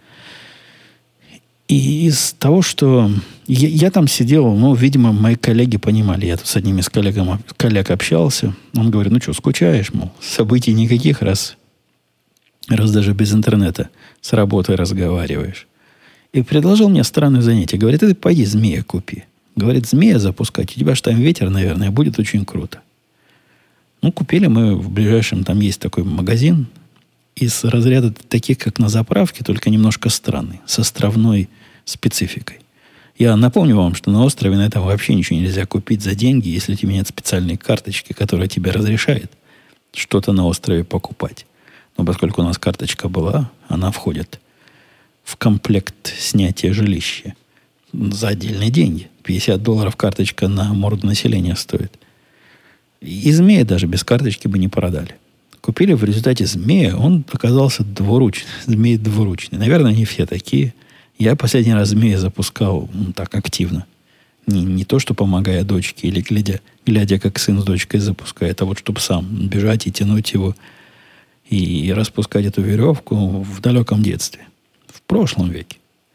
И из того, что я, я там сидел, ну, видимо, мои коллеги понимали, я тут с одним из коллег, коллег общался, он говорит, ну что, скучаешь, мол, событий никаких, раз, раз даже без интернета с работой разговариваешь. И предложил мне странное занятие. Говорит, ты пойди змея купи. Говорит, змея запускать, у тебя же там ветер, наверное, будет очень круто. Ну, купили мы в ближайшем, там есть такой магазин, из разряда таких, как на заправке, только немножко странный, с островной спецификой. Я напомню вам, что на острове на этом вообще ничего нельзя купить за деньги, если у тебя нет специальной карточки, которая тебе разрешает что-то на острове покупать. Но поскольку у нас карточка была, она входит в комплект снятия жилища за отдельные деньги. пятьдесят долларов карточка на морду населения стоит. И змея даже без карточки бы не продали. Купили в результате змея, он оказался двуручный. Змей двуручный. Наверное, не все такие. Я последний раз змея запускал ну, так активно. Не, не то, что помогая дочке или глядя, глядя, как сын с дочкой запускает, а вот чтобы сам бежать и тянуть его и, и распускать эту веревку в далеком детстве. В прошлом веке.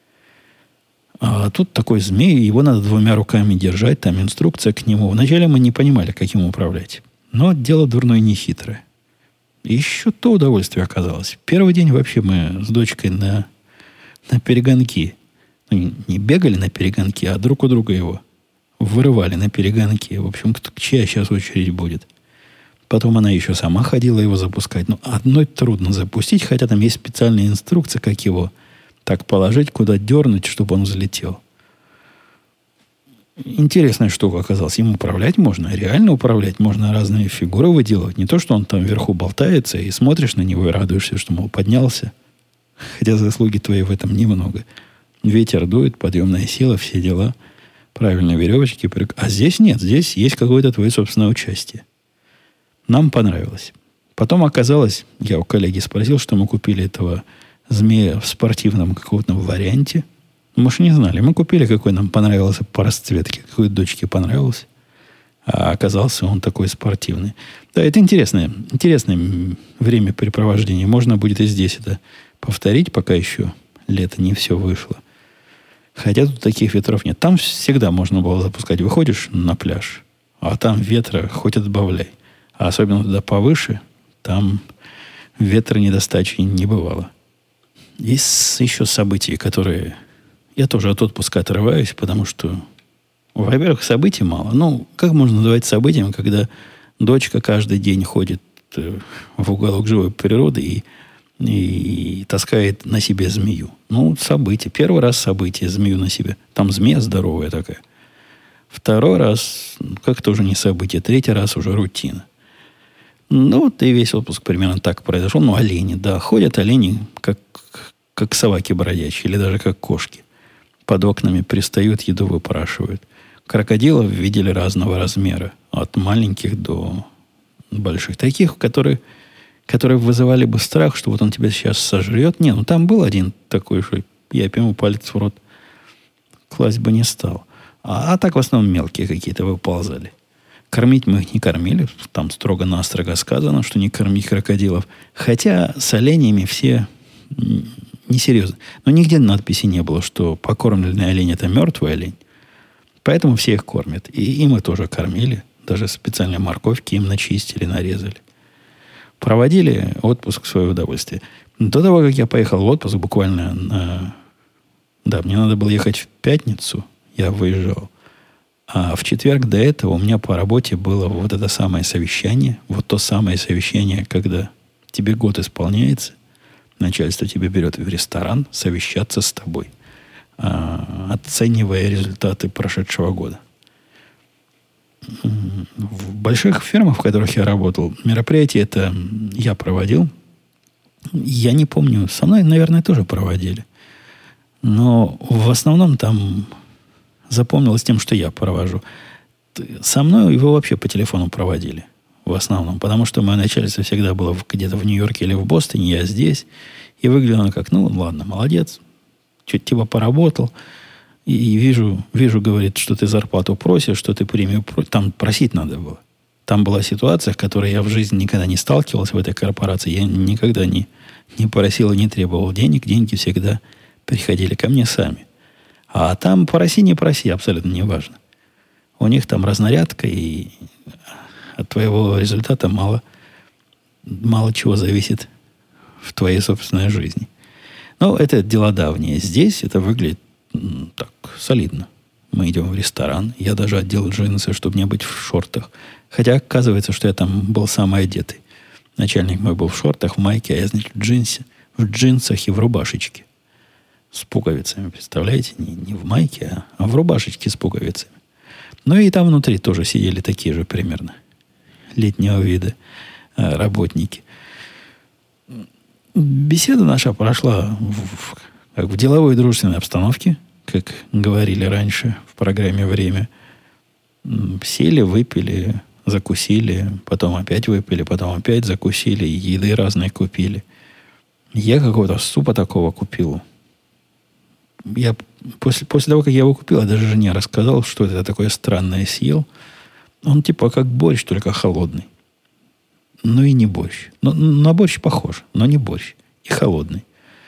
А тут такой змей, его надо двумя руками держать, там инструкция к нему. Вначале мы не понимали, как им управлять. Но дело дурное не хитрое. Еще то удовольствие оказалось. Первый день вообще мы с дочкой на, на перегонки. Ну, не бегали на перегонки, а друг у друга его вырывали на перегонки. В общем, чья сейчас очередь будет. Потом она еще сама ходила его запускать. Но одной трудно запустить, хотя там есть специальная инструкция, как его так положить, куда дернуть, чтобы он взлетел. Интересная штука оказалась. Им управлять можно, реально управлять. Можно разные фигуры выделывать. Не то, что он там вверху болтается, и смотришь на него и радуешься, что, мол, поднялся. Хотя заслуги твои в этом немного. Ветер дует, подъемная сила, все дела. Правильно, веревочки. А здесь нет. Здесь есть какое-то твое собственное участие. Нам понравилось. Потом оказалось, я у коллеги спросил, что мы купили этого змея в спортивном каком-то варианте. Мы же не знали. Мы купили, какой нам понравился по расцветке, какой дочке понравился. А оказался он такой спортивный. Да, это интересное, интересное времяпрепровождение. Можно будет и здесь это повторить, пока еще лето не все вышло. Хотя тут таких ветров нет. Там всегда можно было запускать. Выходишь на пляж, а там ветра хоть отбавляй. А особенно туда повыше, там ветра недостачи не бывало. Есть еще события, которые... Я тоже от отпуска отрываюсь, потому что, во-первых, событий мало. Ну, как можно называть событием, когда дочка каждый день ходит в уголок живой природы и, и таскает на себе змею? Ну, событие. Первый раз событие, змею на себе. Там змея здоровая такая. Второй раз, как-то уже не событие. Третий раз уже рутина. Ну, вот и весь отпуск примерно так произошел. Ну, олени, да. Ходят олени, как, как собаки бродячие, или даже как кошки. Под окнами пристают, еду выпрашивают. Крокодилов видели разного размера. От маленьких до больших. Таких, которые, которые вызывали бы страх, что вот он тебя сейчас сожрет. Не, ну там был один такой, что я бы ему палец в рот класть бы не стал. А, а так в основном мелкие какие-то выползали. Кормить мы их не кормили. Там строго-настрого сказано, что не кормить крокодилов. Хотя с оленями все... Несерьезно. Но нигде надписи не было, что покормленный олень – это мертвый олень. Поэтому все их кормят. И, и мы тоже кормили. Даже специальные морковки им начистили, нарезали. Проводили отпуск в свое удовольствие. До того, как я поехал в отпуск, буквально на... Да, мне надо было ехать в пятницу. Я выезжал. А в четверг до этого у меня по работе было вот это самое совещание. Вот то самое совещание, когда тебе год исполняется. Начальство тебя берет в ресторан совещаться с тобой, оценивая результаты прошедшего года. В больших фирмах, в которых я работал, мероприятия это я проводил. Я не помню, со мной, наверное, тоже проводили. Но в основном там запомнилось тем, что я провожу. Со мной его вообще по телефону проводили. В основном. Потому что мое начальство всегда было где-то в Нью-Йорке или в Бостоне, я здесь. И выглядело как, ну, ладно, молодец. Чуть типа поработал. И, и вижу, вижу, говорит, что ты зарплату просишь, что ты премию просишь. Там просить надо было. Там была ситуация, в которой я в жизни никогда не сталкивался в этой корпорации. Я никогда не, не просил и не требовал денег. Деньги всегда приходили ко мне сами. А там проси, не проси, абсолютно не важно. У них там разнарядка, и от твоего результата мало, мало чего зависит в твоей собственной жизни. Но это дела давние. Здесь это выглядит м, так солидно. Мы идем в ресторан. Я даже одел джинсы, чтобы не быть в шортах. Хотя оказывается, что я там был самый одетый. Начальник мой был в шортах, в майке, а я, значит, в джинсе, в джинсах и в рубашечке. С пуговицами, представляете? Не, не в майке, а, а в рубашечке с пуговицами. Ну и там внутри тоже сидели такие же примерно летнего вида а, работники. Беседа наша прошла в, в, как в деловой дружественной обстановке, как говорили раньше в программе «Время». Сели, выпили, закусили, потом опять выпили, потом опять закусили, еды разные купили. Я какого-то супа такого купил. Я после, после того, как я его купил, я даже жене рассказал, что это такое странное съел. Он типа как борщ, только холодный. Ну и не борщ. Но, на борщ похож, но не борщ. И холодный.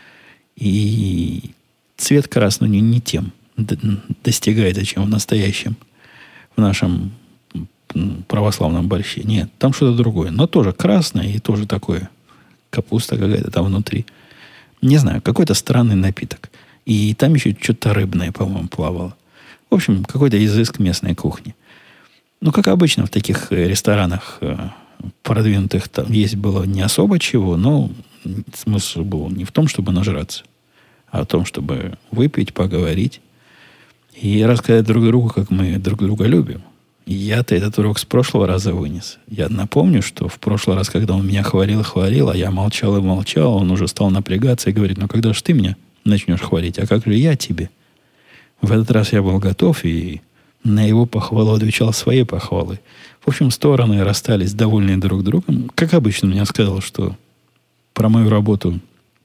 И цвет красный не, не тем достигается, чем в настоящем, в нашем православном борще. Нет, там что-то другое. Но тоже красное и тоже такое. Капуста какая-то там внутри. Не знаю, какой-то странный напиток. И там еще что-то рыбное, по-моему, плавало. В общем, какой-то изыск местной кухни. Ну, как обычно в таких ресторанах продвинутых, там есть было не особо чего, но смысл был не в том, чтобы нажраться, а в том, чтобы выпить, поговорить и рассказать друг другу, как мы друг друга любим. И я-то этот урок с прошлого раза вынес. Я напомню, что в прошлый раз, когда он меня хвалил и хвалил, а я молчал и молчал, он уже стал напрягаться и говорит: ну, когда же ты меня начнешь хвалить, а как же я тебе? В этот раз я был готов и на его похвалу отвечал своей похвалой. В общем, стороны расстались довольны друг другом. Как обычно, мне сказал, что про мою работу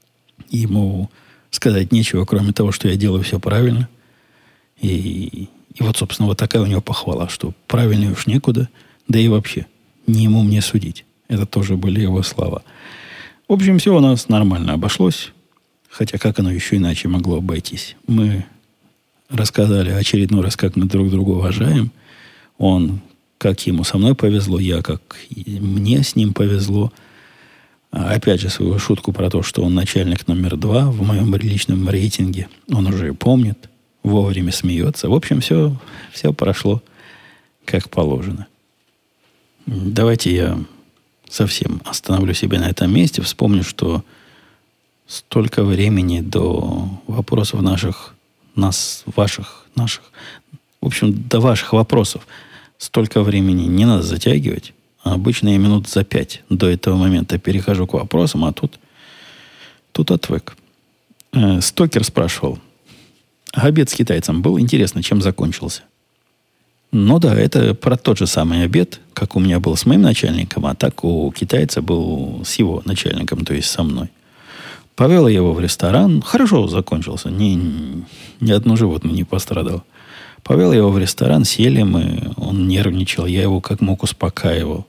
ему сказать нечего, кроме того, что я делаю все правильно. И, и вот, собственно, вот такая у него похвала, что правильно уж некуда, да и вообще не ему мне судить. Это тоже были его слова. В общем, все у нас нормально обошлось. Хотя как оно еще иначе могло обойтись? Мы рассказали очередной раз, как мы друг друга уважаем. Он, как ему со мной повезло, я, как и мне с ним повезло. А опять же, свою шутку про то, что он начальник номер два в моем личном рейтинге. Он уже помнит, вовремя смеется. В общем, все, все прошло как положено. Давайте я совсем остановлю себя на этом месте. Вспомню, что столько времени до вопросов наших, нас, ваших, наших, в общем, до ваших вопросов столько времени не надо затягивать. Обычно я минут за пять до этого момента перехожу к вопросам, а тут, тут отвык. Э, Стокер спрашивал: обед с китайцем был? Интересно, чем закончился? Ну да, это про тот же самый обед, как у меня был с моим начальником, а так у китайца был с его начальником, то есть со мной. Повел я его в ресторан. Хорошо закончился. Ни, ни одно животное не пострадало. Повел его в ресторан, сели мы. Он нервничал. Я его как мог успокаивал.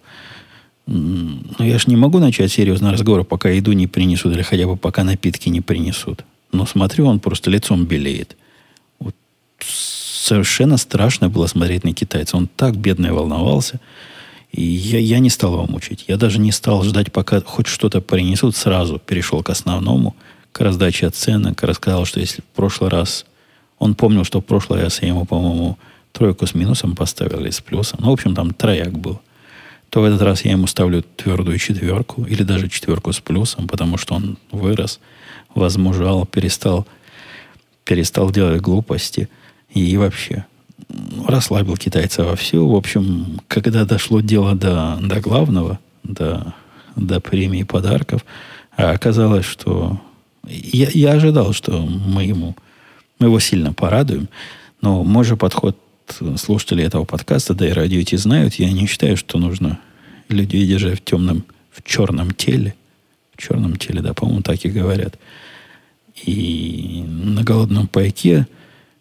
Но я ж не могу начать серьезный разговор, пока еду не принесут, или хотя бы пока напитки не принесут. Но смотрю, он просто лицом белеет. Вот совершенно страшно было смотреть на китайца. Он так бедно и волновался. И я, я не стал его мучить. Я даже не стал ждать, пока хоть что-то принесут. Сразу перешел к основному, к раздаче оценок. Рассказал, что если в прошлый раз... Он помнил, что в прошлый раз я ему, по-моему, тройку с минусом поставил или с плюсом. Ну, в общем, там трояк был. То в этот раз я ему ставлю твердую четверку или даже четверку с плюсом, потому что он вырос, возмужал, перестал, перестал делать глупости. И вообще... расслабил китайца вовсю. В общем, когда дошло дело до, до главного, до, до премии подарков, оказалось, что... Я, я ожидал, что мы ему мы его сильно порадуем, но мой же подход слушатели этого подкаста, да и радио Ти знают, я не считаю, что нужно людей держать в темном, в черном теле. В черном теле, да, по-моему, так и говорят. И на голодном пайке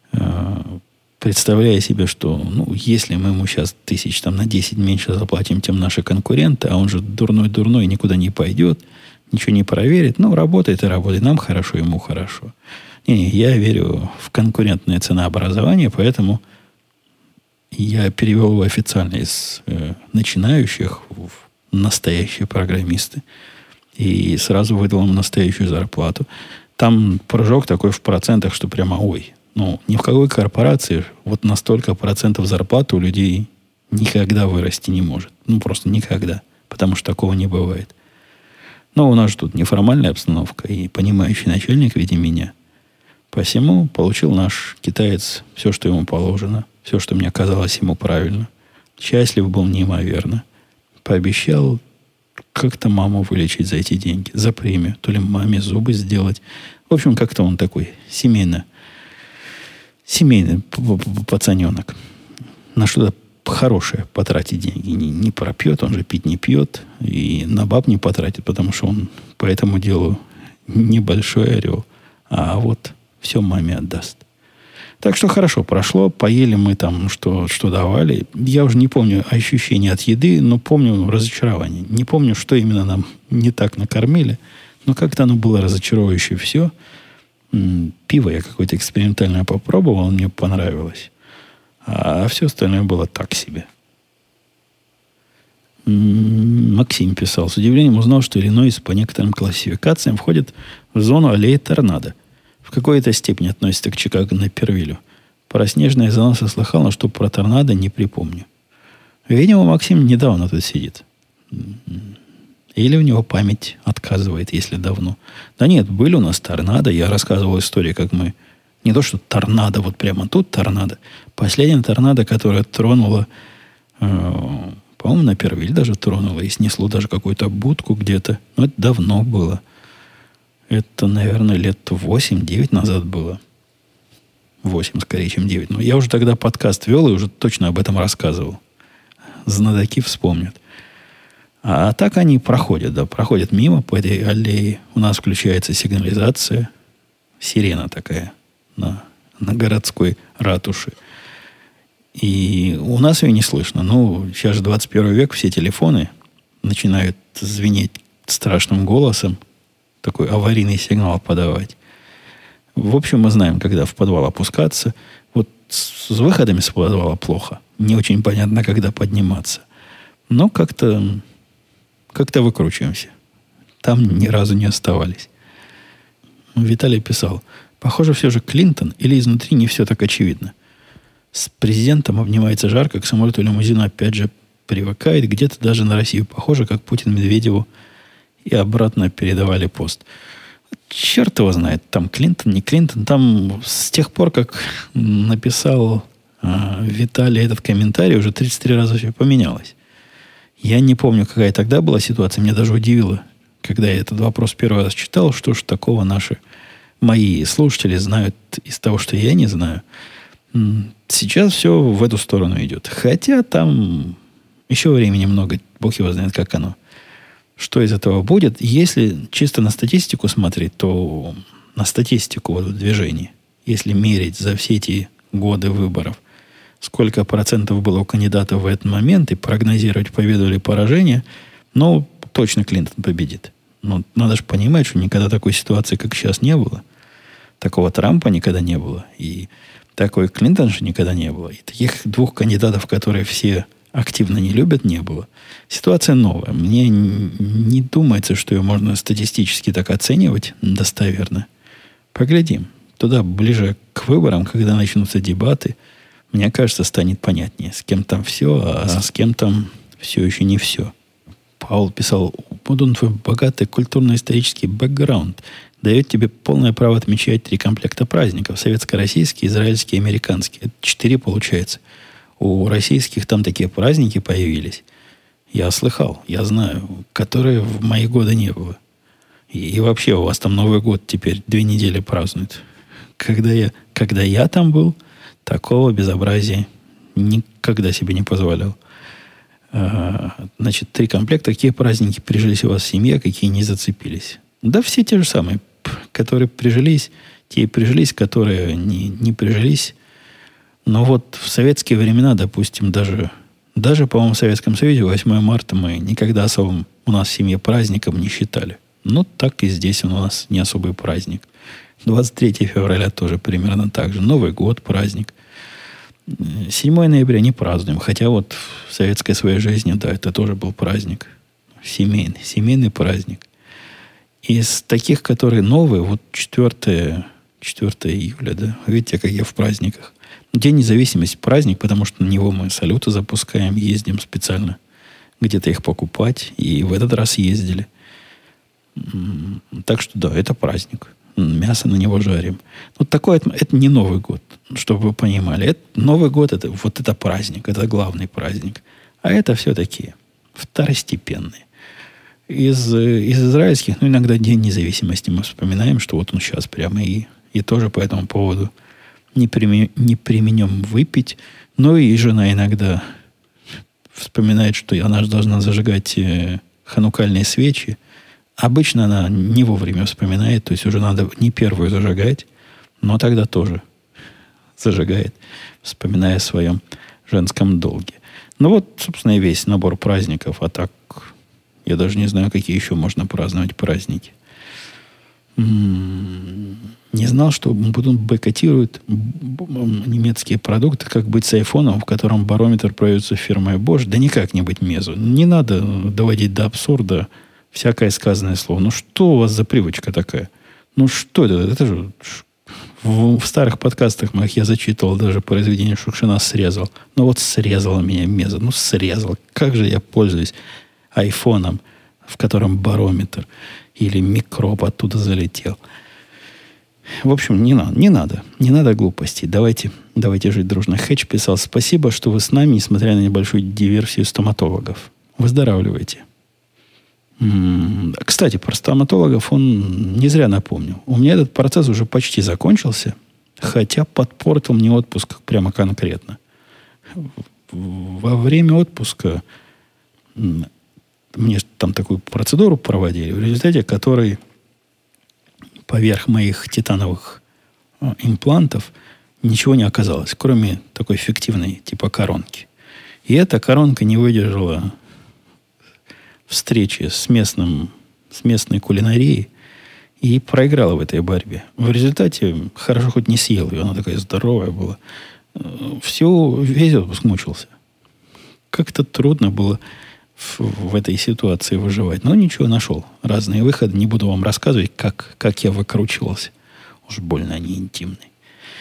представляя себе, что ну, если мы ему сейчас тысяч там, на десять меньше заплатим, чем наши конкуренты, а он же дурной-дурной, никуда не пойдет, ничего не проверит, ну, работает и работает, нам хорошо, ему хорошо. Не, я верю в конкурентное ценообразование, поэтому я перевел его официально из э, начинающих в настоящие программисты и сразу выдал им настоящую зарплату. Там прыжок такой в процентах, что прямо ой. Ну, ни в какой корпорации вот на столько процентов зарплаты у людей никогда вырасти не может. Ну, просто никогда. Потому что такого не бывает. Но у нас же тут неформальная обстановка и понимающий начальник в виде меня. Посему получил наш китаец все, что ему положено. Все, что мне казалось ему правильно. Счастлив был неимоверно. Пообещал как-то маму вылечить за эти деньги. За премию. То ли маме зубы сделать. В общем, как-то он такой семейно Семейный пацаненок. На что-то хорошее потратить деньги. Не, не пропьет, он же пить не пьет. И на баб не потратит, потому что он по этому делу небольшой орел. А вот все маме отдаст. Так что хорошо прошло. Поели мы там, что, что давали. Я уже не помню ощущения от еды, но помню разочарование. Не помню, что именно нам не так накормили. Но как-то оно было разочаровывающе все. Пиво я какое-то экспериментальное попробовал, мне понравилось. А все остальное было так себе. Максим писал. С удивлением узнал, что Иллинойс по некоторым классификациям входит в зону аллеи торнадо. В какой-то степени относится к Чикаго на Первилю. Про снежные заносы слыхал, но что про торнадо не припомню. Видимо, Максим недавно тут сидит. Или у него память отказывает, если давно. Да нет, были у нас торнадо. Я рассказывал историю, как мы... Не то, что торнадо, вот прямо тут торнадо. Последняя торнадо, которая тронула... Э, по-моему, на Первиль даже тронула. И снесло даже какую-то будку где-то. Но это давно было. Это, наверное, лет восемь-девять назад было. восемь скорее, чем девять. Но я уже тогда подкаст вел и уже точно об этом рассказывал. Знатоки вспомнят. А так они проходят, да, проходят мимо по этой аллее. У нас включается сигнализация. Сирена такая на, на городской ратуше. И у нас ее не слышно. Ну, сейчас же двадцать первый век, все телефоны начинают звенеть страшным голосом. Такой аварийный сигнал подавать. В общем, мы знаем, когда в подвал опускаться. Вот с, с выходами с подвала плохо. Не очень понятно, когда подниматься. Но как-то... Как-то выкручиваемся. Там ни разу не оставались. Виталий писал. Похоже, все же Клинтон или изнутри не все так очевидно. С президентом обнимается жарко, к самолету лимузину опять же привыкает. Где-то даже на Россию похоже, как Путин Медведеву и обратно передавали пост. Черт его знает. Там Клинтон, не Клинтон. Там с тех пор, как написал а, Виталий этот комментарий, уже тридцать три раза все поменялось. Я не помню, какая тогда была ситуация. Меня даже удивило, когда я этот вопрос первый раз читал, что ж такого наши, мои слушатели знают из того, что я не знаю. Сейчас все в эту сторону идет. Хотя там еще времени много. Бог его знает, как оно. Что из этого будет? Если чисто на статистику смотреть, то на статистику вот, движения, если мерить за все эти годы выборов, сколько процентов было у кандидатов в этот момент, и прогнозировать победу или поражение, ну, точно Клинтон победит. Но надо же понимать, что никогда такой ситуации, как сейчас, не было. Такого Трампа никогда не было. И такой Клинтон же никогда не было. И таких двух кандидатов, которые все активно не любят, не было. Ситуация новая. Мне не думается, что ее можно статистически так оценивать достоверно. Поглядим. Туда ближе к выборам, когда начнутся дебаты, мне кажется, станет понятнее, с кем там все, а с кем там все еще не все. Паул писал, вот он твой богатый культурно-исторический бэкграунд дает тебе полное право отмечать три комплекта праздников. Советско-российский, израильский и американский. Это четыре получается. У российских там такие праздники появились. Я слыхал, я знаю, которые в мои годы не было. И, и вообще у вас там Новый год теперь две недели празднуют. Когда я, когда я там был, такого безобразия никогда себе не позволял. А, значит, три комплекта. Какие праздники прижились у вас в семье, какие не зацепились? Да все те же самые, которые прижились, те и прижились, которые не, не прижились. Но вот в советские времена, допустим, даже, даже по-моему, в Советском Союзе восьмое марта мы никогда особым у нас в семье праздником не считали. Ну, так и здесь у нас не особый праздник. двадцать третьего февраля тоже примерно так же. Новый год, праздник. седьмого ноября не празднуем. Хотя вот в советской своей жизни, да, это тоже был праздник. Семейный, семейный праздник. Из таких, которые новые, вот четвёртого июля, да, видите, как я в праздниках. День независимости праздник, потому что на него мы салюты запускаем, ездим специально где-то их покупать. И в этот раз ездили. Так что да, это праздник. Мясо на него жарим. Вот такое, это, это не Новый год, чтобы вы понимали. Это, Новый год, это, вот это праздник, это главный праздник. А это все-таки второстепенные. Из, из израильских, ну, иногда День независимости мы вспоминаем, что вот он сейчас прямо и, и тоже по этому поводу не, примен, не применем выпить. Но и жена иногда вспоминает, что она же должна зажигать ханукальные свечи. Обычно она не вовремя вспоминает, то есть уже надо не первую зажигать, но тогда тоже зажигает, вспоминая о своем женском долге. Ну вот, собственно, и весь набор праздников, а так я даже не знаю, какие еще можно праздновать праздники. М-м-м, не знал, что Путин бойкотирует немецкие продукты, как быть с айфоном, в котором барометр продается фирмой Bosch. Да никак не быть Мезу. Не надо доводить до абсурда всякое сказанное слово. Ну, что у вас за привычка такая? Ну, что это? Это же в, в старых подкастах моих я зачитывал даже произведение Шукшина «Срезал». Ну, вот срезала меня Меза. Ну, срезал. Как же я пользуюсь айфоном, в котором барометр или микроб оттуда залетел. В общем, не надо. Не надо. Не надо глупостей. Давайте, давайте жить дружно. Хэтч писал: спасибо, что вы с нами, несмотря на небольшую диверсию стоматологов. Выздоравливайте. Кстати, про стоматологов он не зря напомнил. У меня этот процесс уже почти закончился, хотя подпортил мне отпуск прямо конкретно. Во время отпуска мне там такую процедуру проводили, в результате которой поверх моих титановых имплантов ничего не оказалось, кроме такой фиктивной типа коронки. И эта коронка не выдержала встречи с, местным, с местной кулинарией и проиграла в этой борьбе. В результате хорошо хоть не съел ее, она такая здоровая была. Все, весь отпуск мучился. Как-то трудно было в, в этой ситуации выживать. Но ничего, нашел. Разные выходы. Не буду вам рассказывать, как, как я выкручивался. Уж больно они интимные.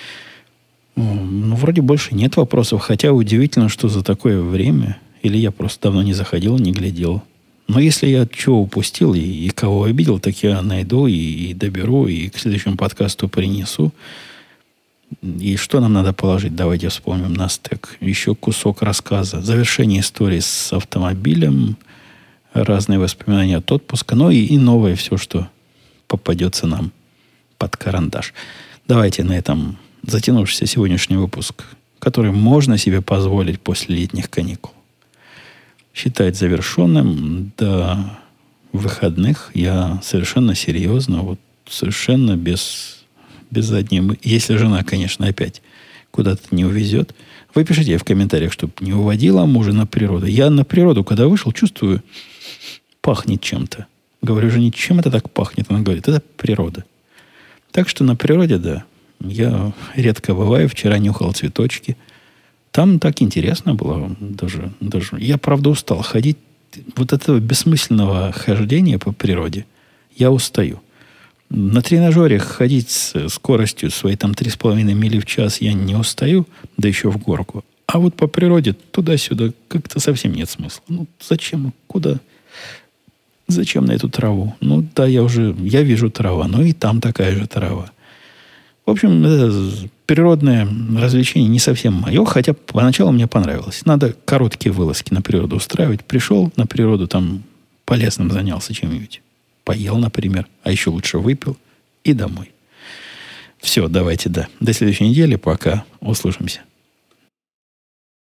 Ну, вроде больше нет вопросов. Хотя удивительно, что за такое время, или я просто давно не заходил, не глядел. Но если я чего упустил и, и кого обидел, так я найду и, и доберу, и к следующему подкасту принесу. И что нам надо положить? Давайте вспомним на стек. Еще кусок рассказа. Завершение истории с автомобилем. Разные воспоминания от отпуска. Ну и, и новое все, что попадется нам под карандаш. Давайте на этом затянувшийся сегодняшний выпуск, который можно себе позволить после летних каникул, считать завершенным. До выходных я совершенно серьезно, вот совершенно без, без задней мысли. Если жена, конечно, опять куда-то не увезет. Вы пишите в комментариях, чтобы не уводила мужа на природу. Я на природу, когда вышел, чувствую, пахнет чем-то. Говорю жене, чем это так пахнет? Она говорит, это природа. Так что на природе, да, я редко бываю. Вчера нюхал цветочки. Там так интересно было. Даже, даже. Я, правда, устал ходить. Вот этого бессмысленного хождения по природе я устаю. На тренажере ходить с скоростью своей там три с половиной мили в час я не устаю, да еще в горку. А вот по природе туда-сюда как-то совсем нет смысла. Ну, зачем? Куда? Зачем на эту траву? Ну, да, я уже, я вижу трава, но и там такая же трава. В общем, это природное развлечение не совсем мое, хотя поначалу мне понравилось. Надо короткие вылазки на природу устраивать. Пришел на природу, там полезным занялся чем-нибудь. Поел, например, а еще лучше выпил и домой. Все, давайте, да. До следующей недели. Пока. Услышимся.